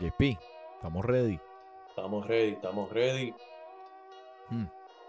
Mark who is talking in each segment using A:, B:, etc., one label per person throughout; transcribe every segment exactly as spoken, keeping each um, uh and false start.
A: J P, ¿estamos ready?
B: Estamos ready, estamos ready.
A: Hmm.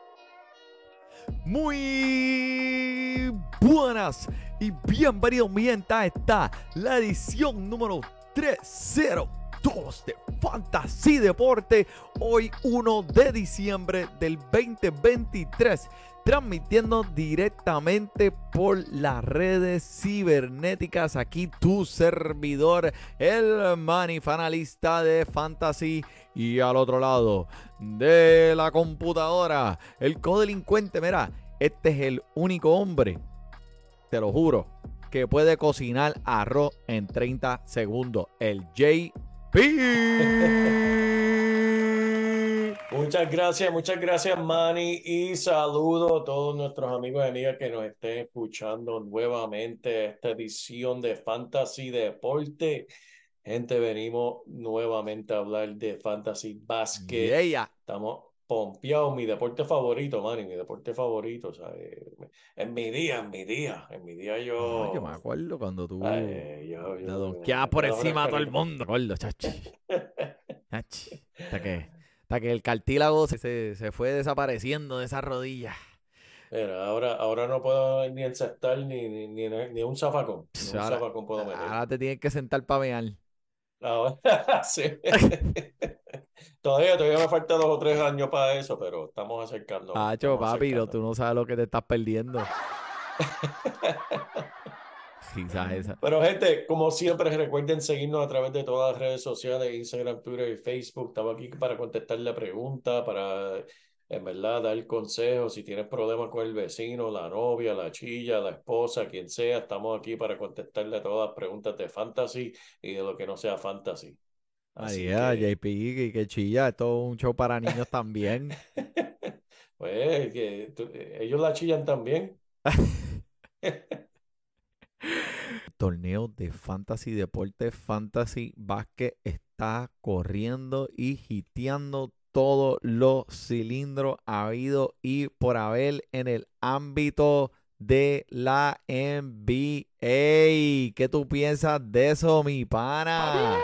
A: Muy buenas y bienvenidos, mi gente, a esta, la edición número trescientos dos de Fantasy Deporte. Hoy uno de diciembre del veinte veintitrés, transmitiendo directamente por las redes cibernéticas. Aquí tu servidor, el manifanalista de Fantasy. Y al otro lado de la computadora, el codelincuente. Mira, este es el único hombre, te lo juro, que puede cocinar arroz en treinta segundos. El J P.
B: Muchas gracias, muchas gracias, Manny, y saludo a todos nuestros amigos y amigas que nos estén escuchando nuevamente esta edición de Fantasy Deporte. Gente, venimos nuevamente a hablar de Fantasy Basket.
A: Yeah.
B: Estamos pompeados, mi deporte favorito, Manny, mi deporte favorito, ¿sabes? En mi día, en mi día, en mi día
A: Ah, yo
B: yo...
A: me acuerdo cuando tú
B: Ay, yo,
A: te
B: yo,
A: donkeabas
B: yo,
A: por
B: me lo
A: encima a todo el
B: refrescarito.
A: mundo. Recuerdo, chachi. Chachi. Hasta que, hasta que el cartílago se, se, se fue desapareciendo de esa rodilla.
B: Mira, ahora, ahora no puedo ni encestar ni, ni, ni, ni un zafacón. Ni
A: Pss,
B: un
A: Ahora,
B: zafacón puedo meter.
A: ahora te tienes que sentar para mear.
B: Ahora, sí. Todavía, todavía me falta dos o tres años para eso, pero estamos acercándonos.
A: Hacho,
B: Estamos
A: papi, no, tú
B: acercándonos.
A: no sabes lo que te estás perdiendo. Quizás esa.
B: Pero gente, como siempre, recuerden seguirnos a través de todas las redes sociales, Instagram, Twitter y Facebook. Estamos aquí para contestar la pregunta, para en verdad dar consejos. Si tienes problemas con el vecino, la novia, la chilla, la esposa, quien sea, estamos aquí para contestarle a todas las preguntas de fantasy y de lo que no sea fantasy. Así
A: María,
B: que,
A: J P, que, que chilla, esto es un show para niños también.
B: pues, que tú- ellos la chillan también.
A: Torneo de Fantasy Deporte, Fantasy Basket está corriendo y hiteando todos los cilindros habido y por haber en el ámbito de la N B A. ¿Qué tú piensas de eso, mi pana?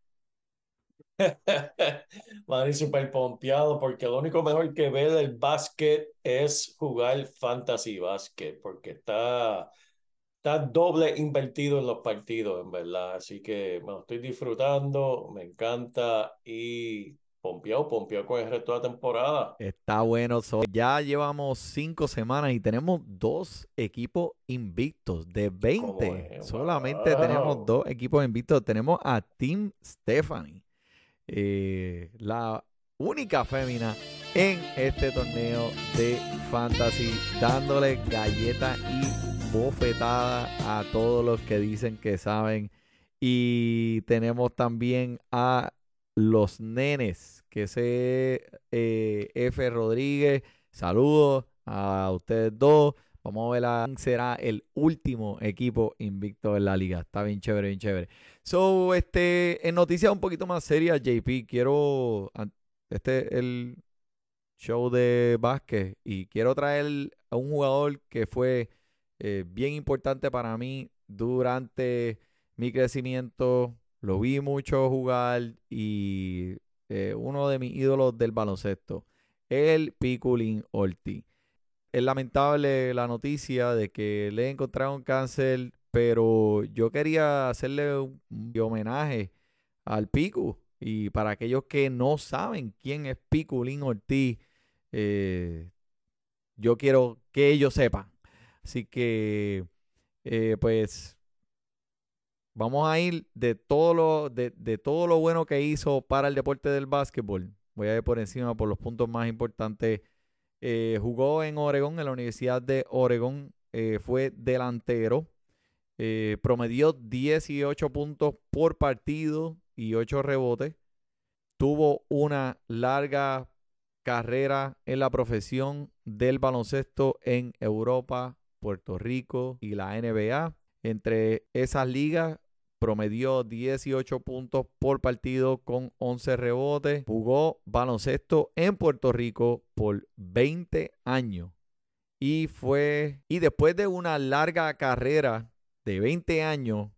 B: Manny súper pompeado porque lo único mejor que ve del básquet es jugar fantasy básquet porque está, está doble invertido en los partidos, en verdad. Así que me lo estoy disfrutando, me encanta y pompeado, pompeado con el resto de la temporada.
A: Está bueno. So, ya llevamos cinco semanas y tenemos dos equipos invictos de
B: Como
A: veinte.
B: es,
A: Solamente tenemos
B: wow.
A: dos equipos invictos. Tenemos a Team Stephanie, eh, la única fémina en este torneo de Fantasy, dándole galleta y bofetada a todos los que dicen que saben. Y tenemos también a los nenes, que se eh, F. Rodríguez. Saludos a ustedes dos. Vamos a ver a quién será el último equipo invicto en la liga. Está bien chévere, bien chévere. So, este, en noticias un poquito más serias, J P, quiero, an- este es el show de básquet y quiero traer a un jugador que fue eh, bien importante para mí durante mi crecimiento. Lo vi mucho jugar y eh, uno de mis ídolos del baloncesto, el Piculín Ortiz. Es lamentable la noticia de que le encontraron cáncer, pero yo quería hacerle un, un homenaje al Picu. Y para aquellos que no saben quién es Piculín Ortiz, eh, yo quiero que ellos sepan. Así que, eh, pues, vamos a ir de todo lo, de, de todo lo bueno que hizo para el deporte del básquetbol. Voy a ir por encima por los puntos más importantes. Eh, jugó en Oregón, en la Universidad de Oregón. Eh, fue delantero. Eh, promedió dieciocho puntos por partido y ocho rebotes. Tuvo una larga carrera en la profesión del baloncesto en Europa, Puerto Rico y la N B A. Entre esas ligas promedió dieciocho puntos por partido con once rebotes. Jugó baloncesto en Puerto Rico por veinte años. Y fue y después de una larga carrera de veinte años,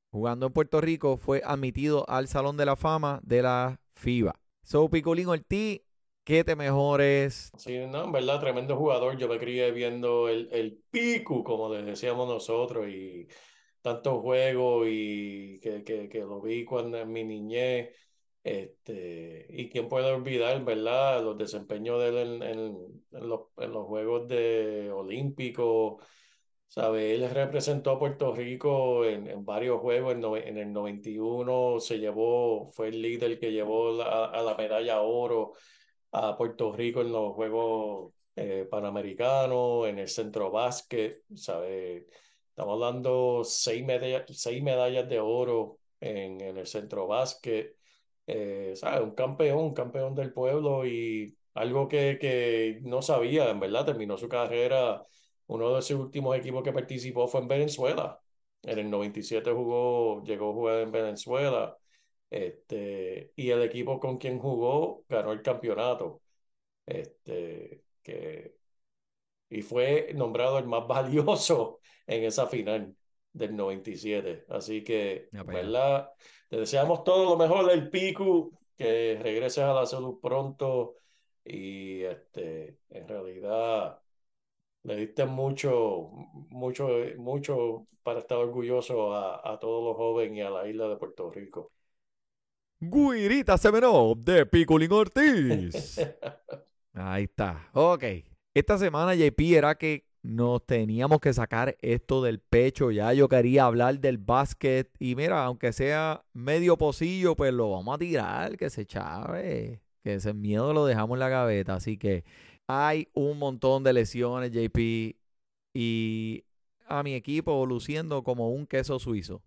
A: jugando en Puerto Rico, fue admitido al Salón de la Fama de la FIBA. So, Piculín Ortiz, ¿qué te mejores?
B: Sí, no, en verdad, tremendo jugador. Yo me crié viendo el, el Piku, como le decíamos nosotros, y tantos juegos y que, que, que lo vi cuando en mi niñez. Este, y quién puede olvidar, ¿verdad? Los desempeños de él en, en- en los, en los Juegos de Olímpicos. ¿Sabe? Él representó a Puerto Rico en, en varios juegos. En, nove- en el noventa y uno se llevó, fue el líder que llevó la- a la medalla oro a Puerto Rico en los Juegos eh, Panamericanos, en el centro básquet, ¿sabe? Estamos dando seis, medalla- seis medallas de oro en, en el centro básquet. Eh, ¿sabe? Un campeón, un campeón del pueblo y algo que, que no sabía, en verdad, terminó su carrera. Uno de sus últimos equipos que participó fue en Venezuela. En el noventa y siete jugó, llegó a jugar en Venezuela. Este, y el equipo con quien jugó ganó el campeonato. Este, que, y fue nombrado el más valioso en esa final del noventa y siete. Así que,
A: Ya
B: en
A: para allá.
B: verdad, te deseamos todo lo mejor del Piku, que regreses a la salud pronto. Y este, en realidad le diste mucho, mucho, mucho para estar orgulloso a, a todos los jóvenes y a la isla de Puerto Rico.
A: Guirita Semenov de Piculín Ortiz. Ahí está. Ok. Esta semana, J P, era que nos teníamos que sacar esto del pecho. Ya yo quería hablar del básquet. Y mira, aunque sea medio pocillo, pues lo vamos a tirar, que se chave. Que ese miedo lo dejamos en la gaveta. Así que hay un montón de lesiones, J P. Y a mi equipo luciendo como un queso suizo.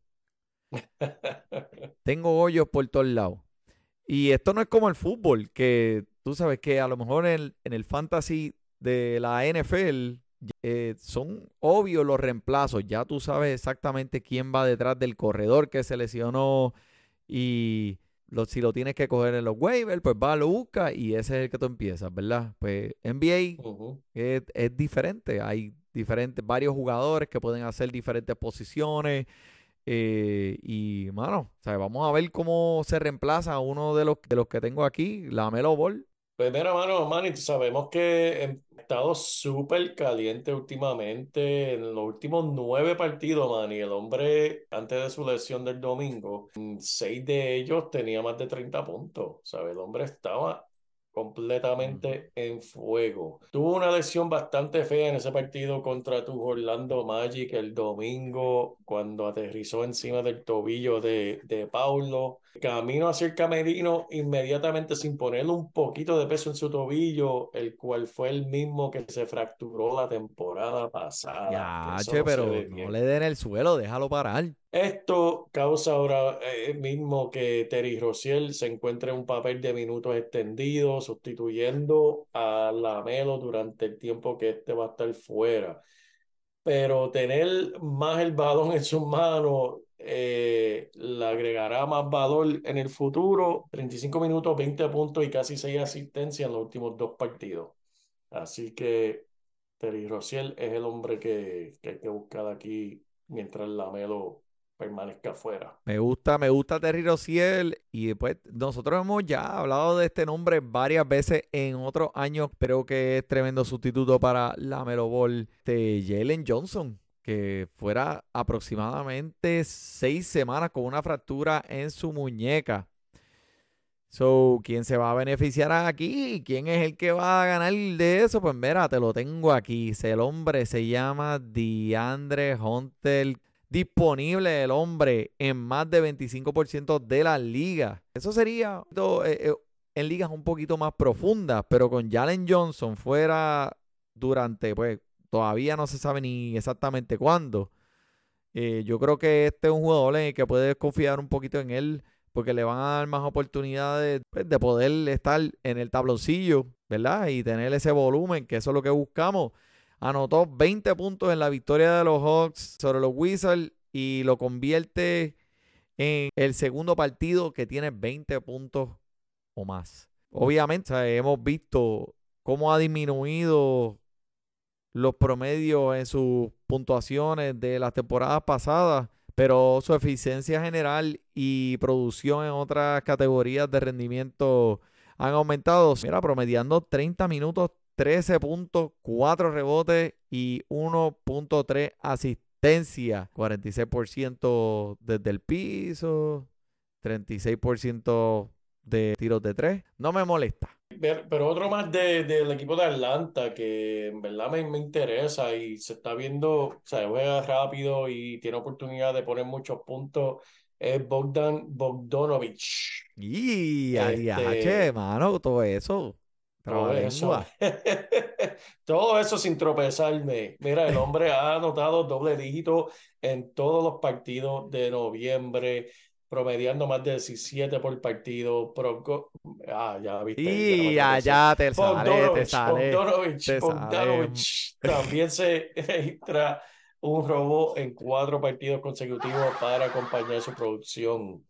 A: Tengo hoyos por todos lados. Y esto no es como el fútbol, que tú sabes que a lo mejor en el, en el fantasy de la N F L eh, son obvios los reemplazos. Ya tú sabes exactamente quién va detrás del corredor que se lesionó y lo, si lo tienes que coger en los waivers, pues va, lo busca y ese es el que tú empiezas, ¿verdad? Pues N B A
B: Ujú.
A: es, es diferente. Hay diferentes, varios jugadores que pueden hacer diferentes posiciones. Eh, y, mano, o sea, vamos a ver cómo se reemplaza a uno de los, de los que tengo aquí, la Melo Ball.
B: Pues mira, mano, Manny, sabemos que ha estado súper caliente últimamente. En los últimos nueve partidos, Manny, el hombre, antes de su lesión del domingo, en seis de ellos tenía más de treinta puntos. ¿Sabes? El hombre estaba
A: Ujú.
B: completamente en fuego. Tuvo una lesión bastante fea en ese partido contra tu Orlando Magic el domingo, cuando aterrizó encima del tobillo de, de Paulo. Camino hacia el camerino inmediatamente sin ponerle un poquito de peso en su tobillo, el cual fue el mismo que se fracturó la temporada pasada, que
A: Ya,
B: eso
A: che,
B: no se
A: pero
B: ve
A: no
B: bien.
A: le den el suelo, déjalo parar.
B: Esto causa ahora eh, mismo que Terry Rozier se encuentre en un papel de minutos extendidos, sustituyendo a Lamelo durante el tiempo que este va a estar fuera. Pero tener más el balón en sus manos eh, le agregará más valor en el futuro. treinta y cinco minutos, veinte puntos y casi seis asistencias en los últimos dos partidos. Así que Terry Rozier es el hombre que, que hay que buscar aquí mientras Lamelo permanezca afuera.
A: Me gusta, me gusta Terry Rozier y después nosotros hemos ya hablado de este nombre varias veces en otros años. Creo que es tremendo sustituto para la Melo Ball de Jalen Johnson, que fuera aproximadamente seis semanas con una fractura en su muñeca. So, ¿quién se va a beneficiar aquí? ¿Quién es el que va a ganar de eso? Pues mira, te lo tengo aquí. El hombre se llama DeAndre Hunter. Disponible el hombre en más de veinticinco por ciento de las ligas. Eso sería eh, eh, en ligas un poquito más profundas, pero con Jalen Johnson fuera durante, pues todavía no se sabe ni exactamente cuándo. Eh, yo creo que este es un jugador en el que puedes confiar un poquito en él porque le van a dar más oportunidades pues, de poder estar en el tabloncillo, ¿verdad? Y tener ese volumen, que eso es lo que buscamos. Anotó veinte puntos en la victoria de los Hawks sobre los Wizards y lo convierte en el segundo partido que tiene veinte puntos o más. Obviamente, o sea, hemos visto cómo ha disminuido los promedios en sus puntuaciones de las temporadas pasadas, pero su eficiencia general y producción en otras categorías de rendimiento han aumentado. Mira, promediando treinta minutos, trece puntos, cuatro rebotes y uno punto tres asistencia. cuarenta y seis por ciento desde el piso, treinta y seis por ciento de tiros de tres. No me molesta.
B: Ver- Pero otro más de, del equipo de Atlanta que en verdad me, me interesa y se está viendo, o sea, juega rápido y tiene oportunidad de poner muchos puntos, es Bogdan Bogdanovic.
A: Y a D H,
B: Este,
A: mano, todo eso.
B: todo eso,
A: Trabalengua.
B: todo eso sin tropezarme. Mira, el hombre ha anotado doble dígito en todos los partidos de noviembre, promediando más de diecisiete por partido. Pro- ah, ya viste, ya me
A: Y
B: tropecé.
A: allá te sale, te
B: Bogdanovich,
A: sale,
B: Bogdanovich,
A: te sale.
B: Bogdanovich. También se registra un robo en cuatro partidos consecutivos para acompañar su producción.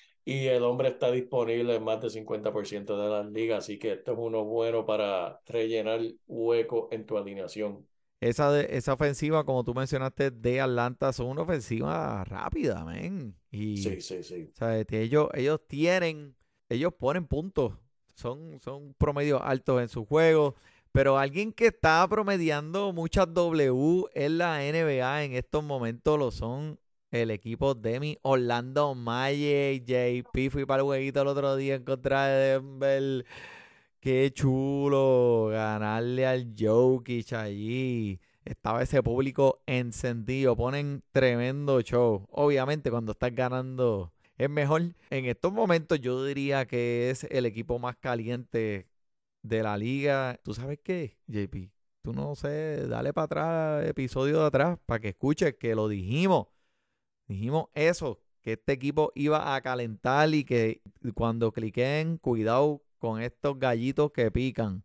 B: Y el hombre está disponible en más del cincuenta por ciento de las ligas, así que esto es uno bueno para rellenar hueco en tu alineación.
A: Esa, de- esa ofensiva, como tú mencionaste, de Atlanta, son una ofensiva rápida, men. Y,
B: Sí, sí, sí.
A: o sea, te- ellos, ellos tienen, ellos ponen puntos. Son, son promedios altos en su juego. Pero alguien que está promediando muchas W en la N B A en estos momentos lo son el equipo de mi Orlando Magic. J P, fui para el jueguito el otro día en contra de Denver. Qué chulo ganarle al Jokic allí. Estaba ese público encendido. Ponen tremendo show. Obviamente, cuando estás ganando es mejor. En estos momentos, yo diría que es el equipo más caliente de la liga. ¿Tú sabes qué, J P? Tú no sé, dale para atrás, episodio de atrás, para que escuches que lo dijimos. Dijimos eso, que este equipo iba a calentar y que cuando cliquen, cuidado con estos gallitos que pican.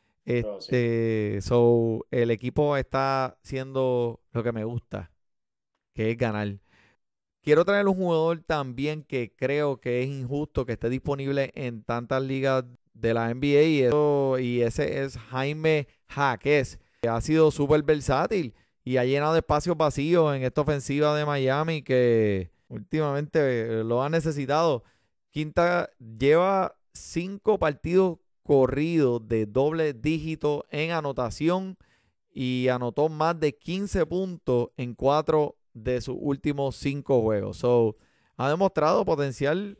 B: No, sí.
A: Este, so, el equipo está haciendo lo que me gusta, que es ganar. Quiero traer un jugador también que creo que es injusto que esté disponible en tantas ligas de la N B A y, eso, y ese es Jaime Jaquez, que ha sido súper versátil y ha llenado espacios vacíos en esta ofensiva de Miami que últimamente lo ha necesitado. Quinta lleva cinco partidos corridos de doble dígito en anotación y anotó más de quince puntos en cuatro de sus últimos cinco juegos. So, ha demostrado potencial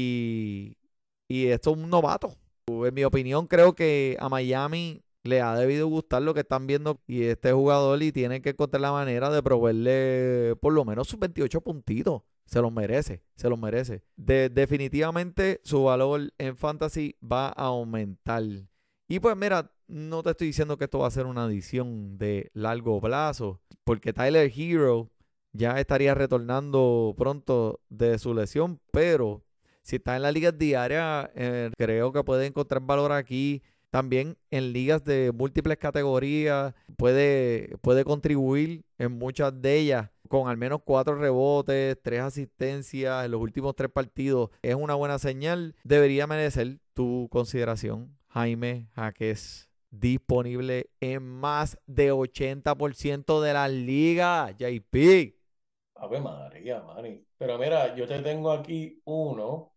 A: y, y esto es un novato. En mi opinión, creo que a Miami le ha debido gustar lo que están viendo y este jugador y tiene que encontrar la manera de proveerle por lo menos sus veintiocho puntitos. Se los merece, se los merece. De, definitivamente su valor en fantasy va a aumentar. Y pues mira, no te estoy diciendo que esto va a ser una adición de largo plazo, porque Tyler Hero ya estaría retornando pronto de su lesión, pero si está en la liga diaria, eh, creo que puede encontrar valor aquí. También en ligas de múltiples categorías puede, puede contribuir en muchas de ellas con al menos cuatro rebotes, tres asistencias en los últimos tres partidos. Es una buena señal. Debería merecer tu consideración, Jaime Jaquez. Disponible en más de ochenta por ciento de la liga, J P.
B: Ave María, Manny. Pero mira, yo te tengo aquí uno.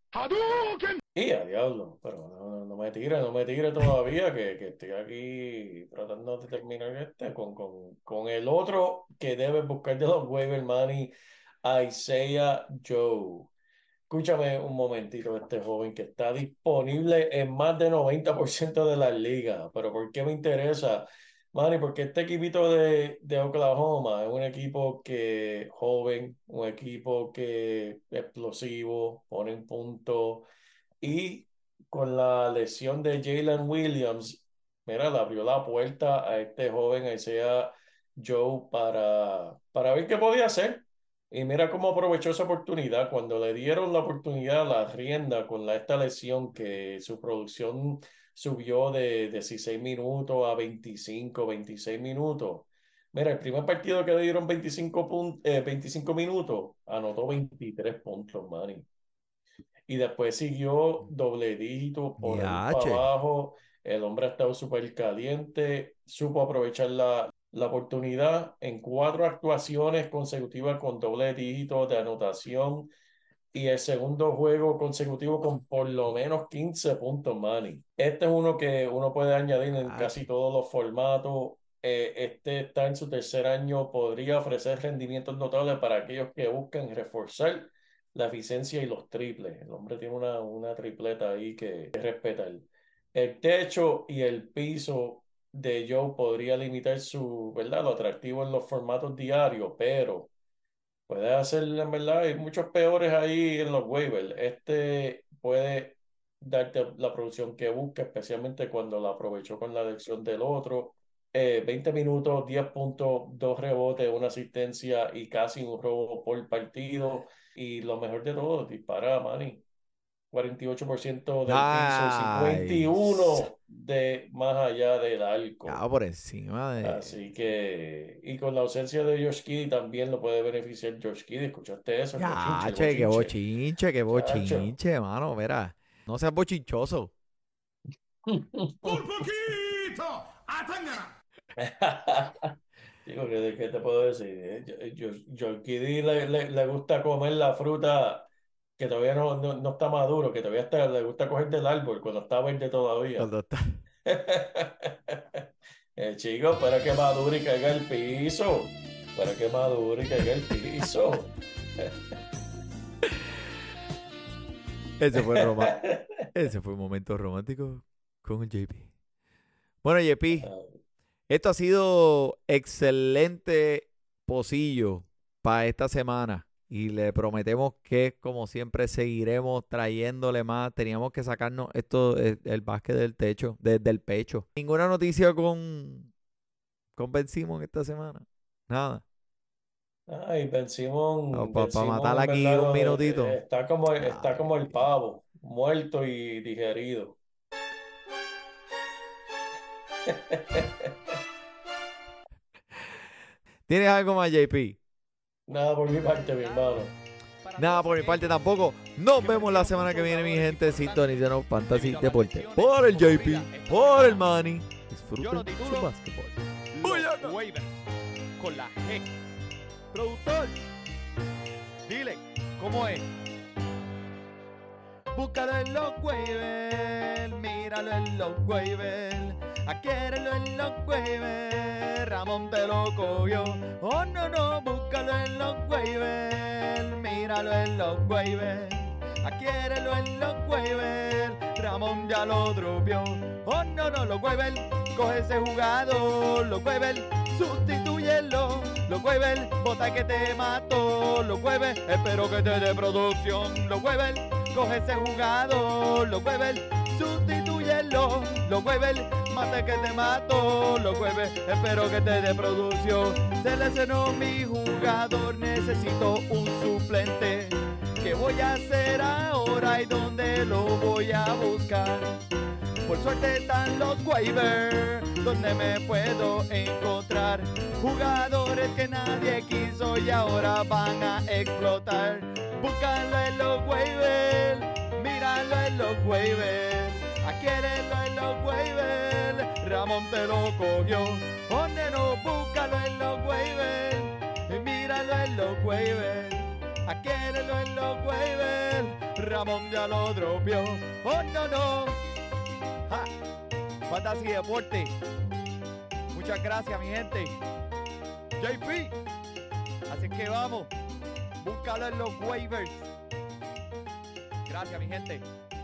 B: Y a diablo, pero no, no me tire, no me tire todavía, que, que estoy aquí tratando de terminar este con, con, con el otro que debes buscar de los waivers, Manny, Isaiah Joe. Escúchame un momentito, este joven que está disponible en más de noventa por ciento de las ligas. Pero ¿por qué me interesa? Manny, porque este equipito de, de Oklahoma es un equipo que joven, un equipo que explosivo, pone en punto y con la lesión de Jalen Williams, mira, le abrió la puerta a este joven Isaiah Joe para, para ver qué podía hacer. Y mira cómo aprovechó esa oportunidad. Cuando le dieron la oportunidad, la rienda con la, esta lesión, que su producción subió de dieciséis minutos a veinticinco, veintiséis minutos. Mira, el primer partido que le dieron veinticinco, pun- eh, veinticinco minutos, anotó veintitrés puntos, Manny. Y después siguió doble dígito por ahí para
A: Yache.
B: abajo. El hombre ha estado súper caliente, supo aprovechar la, la oportunidad en cuatro actuaciones consecutivas con doble dígito de anotación y el segundo juego consecutivo con por lo menos quince puntos, Manny. Este es uno que uno puede añadir en
A: Ah,
B: casi todos los formatos. Eh, este está en su tercer año, podría ofrecer rendimientos notables para aquellos que buscan reforzar la eficiencia y los triples. El hombre tiene una, una tripleta ahí que, que respetar. El techo y el piso de Joe podría limitar su, ¿verdad? Lo atractivo en los formatos diarios, pero puede hacer, en verdad, hay muchos peores ahí en los waivers. Este puede darte la producción que busca, especialmente cuando la aprovechó con la elección del otro. Eh, veinte minutos, diez puntos, dos rebotes, una asistencia y casi un robo por partido. Y lo mejor de todo, dispara, Manny. cuarenta y ocho por ciento del piso y
A: nice.
B: cincuenta y uno de más allá del arco.
A: Ya por encima de.
B: Así que, y con la ausencia de Josh Giddey también lo puede beneficiar Josh Giddey. ¿Escuchaste eso? El
A: Ya,
B: bochinche, el
A: che, qué
B: bochinche.
A: bochinche, qué
B: Chacho.
A: bochinche, mano. Mira, no seas bochinchoso.
C: ¡Por poquito! ¡Atángana!
B: Digo, ¿qué, qué te puedo decir? Eh, Yo- yo- Josh Giddey le, le, le gusta comer la fruta que todavía no, no, no está maduro, que todavía está, le gusta coger del árbol cuando está verde todavía.
A: Cuando está.
B: Eh, chicos, para que madure y caiga el piso. Para que madure y caiga el piso.
A: Ese fue el roma. Ese fue un momento romántico con el J P. Bueno, J P, esto ha sido excelente pocillo para esta semana. Y le prometemos que, como siempre, seguiremos trayéndole más. Teníamos que sacarnos esto, el, el básquet del techo, desde el pecho. Ninguna noticia con, con Ben Simmons esta semana. Nada.
B: Ay, Ben Simón,
A: Para
B: Ben
A: pa
B: Simón,
A: matar
B: en
A: aquí
B: verdad
A: un
B: lo- eh,
A: minutito.
B: está como, está como el
A: Ay.
B: pavo, muerto y digerido.
A: ¿Tienes algo más, J P?
B: Nada por mi parte, mi hermano.
A: Nada por mi parte tampoco. Nos vemos la semana que viene, mi gente. Sintonízanos Fantasy Deporte. Por el J P, por el Manny. Disfruten su básquetbol.
C: Los waivers con la G. Productor, dile, ¿cómo es? Búscalo en los waivers, míralo en los waivers, adquiérelo en los waivers, Ramón te lo cogió. Oh no, no, búscalo en los waivers, míralo en los waivers, adquiérelo en los waivers, Ramón ya lo dropeó. Oh no, no, los waivers, coge ese jugador, los waivers, sustitúyelo, los waivers, bota que te mató, los waivers, espero que te dé producción, los waivers, coge ese jugador, los waivers, sustitúyelo, los waivers, mate que te mato, los waivers, espero que te dé producción. Seleccionó mi jugador, necesito un suplente. ¿Qué voy a hacer ahora y dónde lo voy a buscar? Por suerte están los waivers, donde me puedo encontrar jugadores que nadie quiso y ahora van a explotar. Búscalo en los waivers, míralo en los waivers, adquiérelo en los waivers, Ramón te lo cogió. Oh neno, búscalo en los waivers, míralo en los waivers, adquiérelo en los waivers, Ramón ya lo dropeó. Oh no, no. Ja. Fantasy Deporte. Muchas gracias, mi gente. J P. Así que vamos. Búscalo en los waivers. Gracias, mi gente.